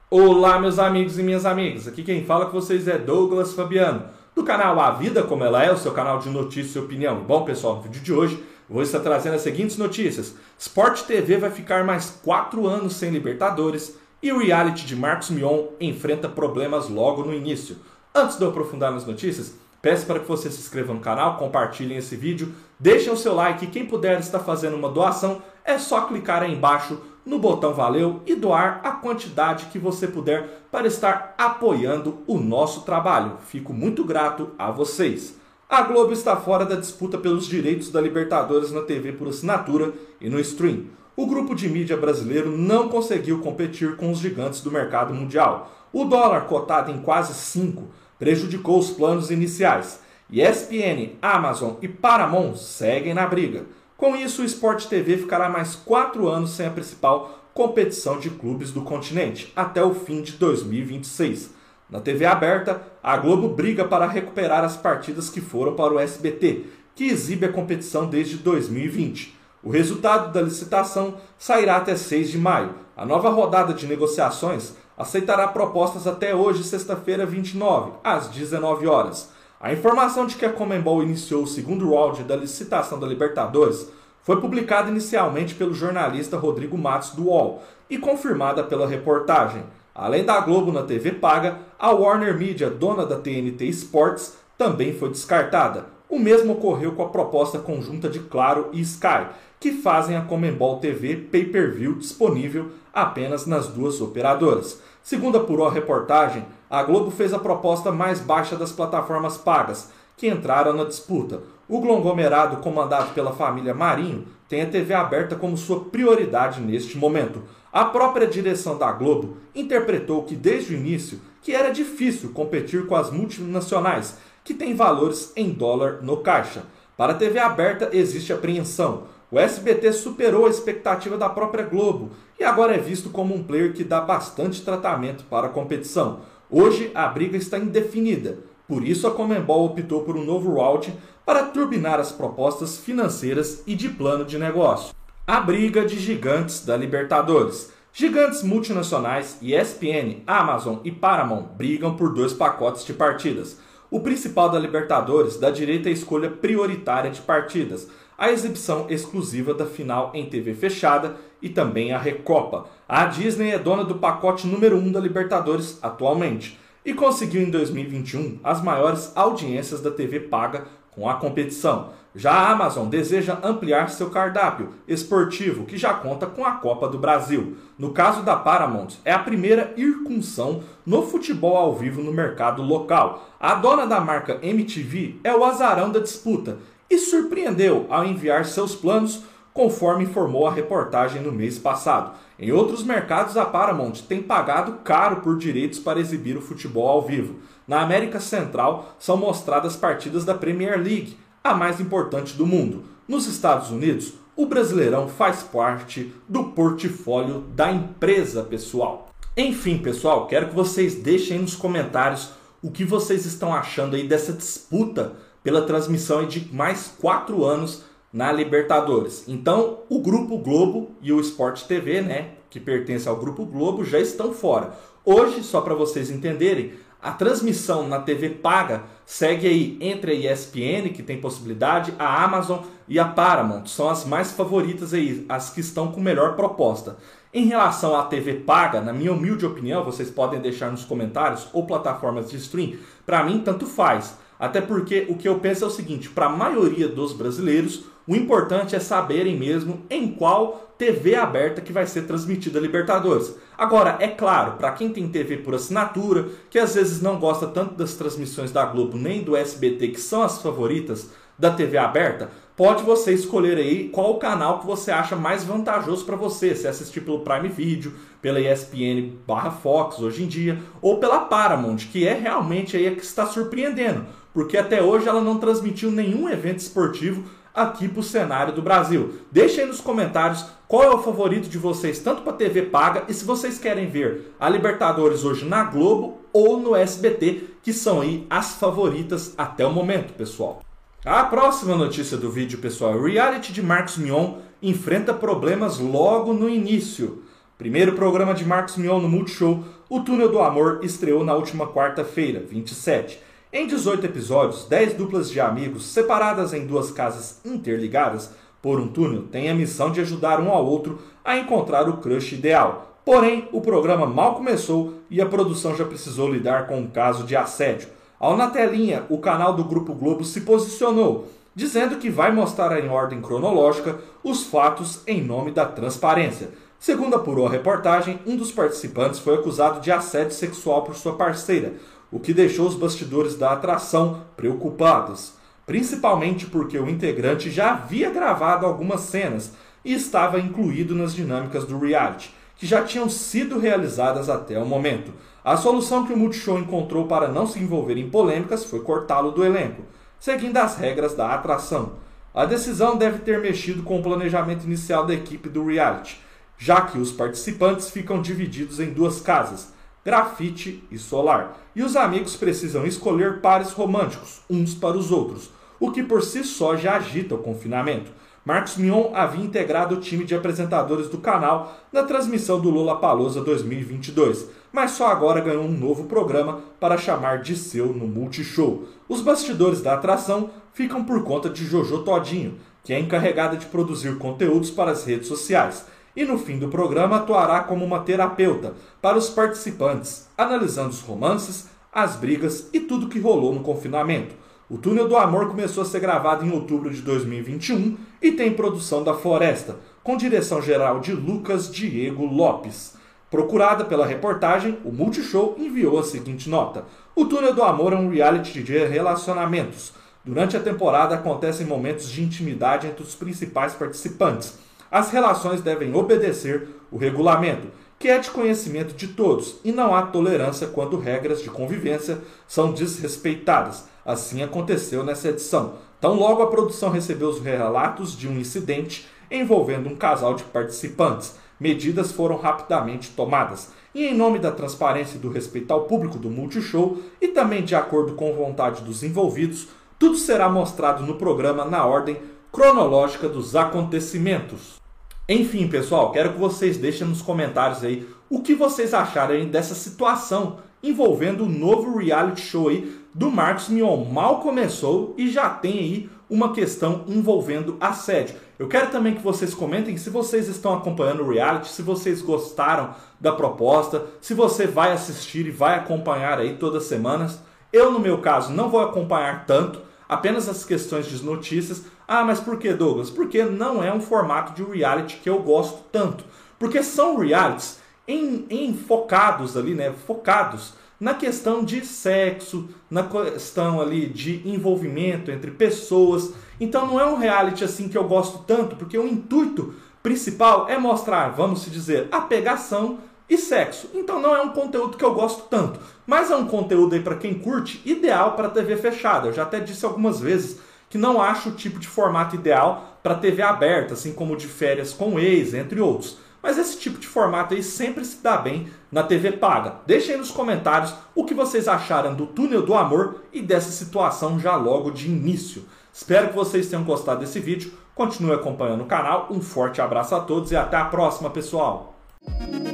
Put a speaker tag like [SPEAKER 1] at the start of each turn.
[SPEAKER 1] Olá, meus amigos e minhas amigas, aqui quem fala com vocês é Douglas Fabiano, do canal A Vida Como Ela É, o seu canal de notícia e opinião. Bom, pessoal, no vídeo de hoje vou estar trazendo as seguintes notícias. Sport TV vai ficar mais 4 anos sem Libertadores e o reality de Marcos Mion enfrenta problemas logo no início. Antes de eu aprofundar nas notícias, peço para que você se inscreva no canal, compartilhem esse vídeo, deixem o seu like e quem puder estar fazendo uma doação, é só clicar aí embaixo no botão valeu e doar a quantidade que você puder para estar apoiando o nosso trabalho. Fico muito grato a vocês. A Globo está fora da disputa pelos direitos da Libertadores na TV por assinatura e no stream. O grupo de mídia brasileiro não conseguiu competir com os gigantes do mercado mundial. O dólar cotado em quase 5 prejudicou os planos iniciais. ESPN, Amazon e Paramount seguem na briga. Com isso, o Sport TV ficará mais 4 anos sem a principal competição de clubes do continente, até o fim de 2026. Na TV aberta, a Globo briga para recuperar as partidas que foram para o SBT, que exibe a competição desde 2020. O resultado da licitação sairá até 6 de maio. A nova rodada de negociações aceitará propostas até hoje, sexta-feira, 29, às 19 horas. A informação de que a Conmebol iniciou o segundo round da licitação da Libertadores foi publicada inicialmente pelo jornalista Rodrigo Matos do UOL e confirmada pela reportagem. Além da Globo na TV paga, a Warner Media, dona da TNT Sports, também foi descartada. O mesmo ocorreu com a proposta conjunta de Claro e Sky, que fazem a Conmebol TV Pay-Per-View disponível apenas nas duas operadoras. Segundo apurou a reportagem, a Globo fez a proposta mais baixa das plataformas pagas, que entraram na disputa. O conglomerado comandado pela família Marinho tem a TV aberta como sua prioridade neste momento. A própria direção da Globo interpretou que desde o início que era difícil competir com as multinacionais, que têm valores em dólar no caixa. Para a TV aberta existe apreensão. O SBT superou a expectativa da própria Globo e agora é visto como um player que dá bastante tratamento para a competição. Hoje a briga está indefinida, por isso a Conmebol optou por um novo round para turbinar as propostas financeiras e de plano de negócio. A briga de gigantes da Libertadores. Gigantes multinacionais, ESPN, Amazon e Paramount brigam por 2 pacotes de partidas. O principal da Libertadores dá direito à escolha prioritária de partidas, a exibição exclusiva da final em TV fechada e também a Recopa. A Disney é dona do pacote número 1 da Libertadores atualmente e conseguiu em 2021 as maiores audiências da TV paga com a competição. Já a Amazon deseja ampliar seu cardápio esportivo, que já conta com a Copa do Brasil. No caso da Paramount, é a primeira incursão no futebol ao vivo no mercado local. A dona da marca MTV é o azarão da disputa e surpreendeu ao enviar seus planos, conforme informou a reportagem no mês passado. Em outros mercados, a Paramount tem pagado caro por direitos para exibir o futebol ao vivo. Na América Central, são mostradas partidas da Premier League, a mais importante do mundo. Nos Estados Unidos, o Brasileirão faz parte do portfólio da empresa, pessoal. Enfim, pessoal, quero que vocês deixem aí nos comentários o que vocês estão achando aí dessa disputa pela transmissão de mais 4 anos na Libertadores. Então, o Grupo Globo e o Sport TV, que pertence ao Grupo Globo, já estão fora. Hoje, só para vocês entenderem, a transmissão na TV paga segue aí entre a ESPN, que tem possibilidade, a Amazon e a Paramount. São as mais favoritas aí, as que estão com melhor proposta. Em relação à TV paga, na minha humilde opinião, vocês podem deixar nos comentários ou plataformas de stream, para mim tanto faz. Até porque o que eu penso é o seguinte, para a maioria dos brasileiros, o importante é saberem mesmo em qual TV aberta que vai ser transmitida a Libertadores. Agora, é claro, para quem tem TV por assinatura, que às vezes não gosta tanto das transmissões da Globo nem do SBT, que são as favoritas da TV aberta, pode você escolher aí qual o canal que você acha mais vantajoso para você, se assistir pelo Prime Video, pela ESPN/Fox hoje em dia, ou pela Paramount, que é realmente aí a que está surpreendendo, porque até hoje ela não transmitiu nenhum evento esportivo aqui para o cenário do Brasil. Deixem aí nos comentários qual é o favorito de vocês, tanto para TV paga, e se vocês querem ver a Libertadores hoje na Globo ou no SBT, que são aí as favoritas até o momento, pessoal. A próxima notícia do vídeo, pessoal, é o reality de Marcos Mion enfrenta problemas logo no início. Primeiro programa de Marcos Mion no Multishow, O Túnel do Amor estreou na última quarta-feira, 27. Em 18 episódios, 10 duplas de amigos separadas em duas casas interligadas por um túnel têm a missão de ajudar um ao outro a encontrar o crush ideal. Porém, o programa mal começou e a produção já precisou lidar com um caso de assédio. Ao Na Telinha, o canal do Grupo Globo se posicionou, dizendo que vai mostrar em ordem cronológica os fatos em nome da transparência. Segundo apurou a reportagem, um dos participantes foi acusado de assédio sexual por sua parceira, o que deixou os bastidores da atração preocupados, principalmente porque o integrante já havia gravado algumas cenas e estava incluído nas dinâmicas do reality, que já tinham sido realizadas até o momento. A solução que o Multishow encontrou para não se envolver em polêmicas foi cortá-lo do elenco, seguindo as regras da atração. A decisão deve ter mexido com o planejamento inicial da equipe do reality, já que os participantes ficam divididos em duas casas, grafite e solar, e os amigos precisam escolher pares românticos, uns para os outros, o que por si só já agita o confinamento. Marcos Mion havia integrado o time de apresentadores do canal na transmissão do Lollapalooza 2022, mas só agora ganhou um novo programa para chamar de seu no Multishow. Os bastidores da atração ficam por conta de Jojo Todinho, que é encarregada de produzir conteúdos para as redes sociais, e no fim do programa atuará como uma terapeuta para os participantes, analisando os romances, as brigas e tudo que rolou no confinamento. O Túnel do Amor começou a ser gravado em outubro de 2021 e tem produção da Floresta, com direção geral de Lucas Diego Lopes. Procurada pela reportagem, o Multishow enviou a seguinte nota: O Túnel do Amor é um reality de relacionamentos. Durante a temporada acontecem momentos de intimidade entre os principais participantes. As relações devem obedecer o regulamento, que é de conhecimento de todos, e não há tolerância quando regras de convivência são desrespeitadas. Assim aconteceu nessa edição. Tão logo a produção recebeu os relatos de um incidente envolvendo um casal de participantes, medidas foram rapidamente tomadas. E em nome da transparência e do respeito ao público do Multishow, e também de acordo com a vontade dos envolvidos, tudo será mostrado no programa na ordem cronológica dos acontecimentos. Enfim, pessoal, quero que vocês deixem nos comentários aí o que vocês acharam aí dessa situação envolvendo o novo reality show aí do Marcos Mion. Mal começou e já tem aí uma questão envolvendo assédio. Eu quero também que vocês comentem se vocês estão acompanhando o reality, se vocês gostaram da proposta, se você vai assistir e vai acompanhar aí todas as semanas. Eu, no meu caso, não vou acompanhar tanto, apenas as questões de notícias. Ah, mas por que, Douglas? Porque não é um formato de reality que eu gosto tanto. Porque são realities focados ali, né? Focados na questão de sexo, na questão ali de envolvimento entre pessoas. Então não é um reality assim que eu gosto tanto, porque o intuito principal é mostrar, vamos se dizer, a pegação e sexo. Então não é um conteúdo que eu gosto tanto, mas é um conteúdo aí para quem curte, ideal para TV fechada. Eu já até disse algumas vezes que não acho o tipo de formato ideal para TV aberta, assim como de férias com ex, entre outros. Mas esse tipo de formato aí sempre se dá bem na TV paga. Deixem aí nos comentários o que vocês acharam do Túnel do Amor e dessa situação já logo de início. Espero que vocês tenham gostado desse vídeo. Continue acompanhando o canal. Um forte abraço a todos e até a próxima, pessoal!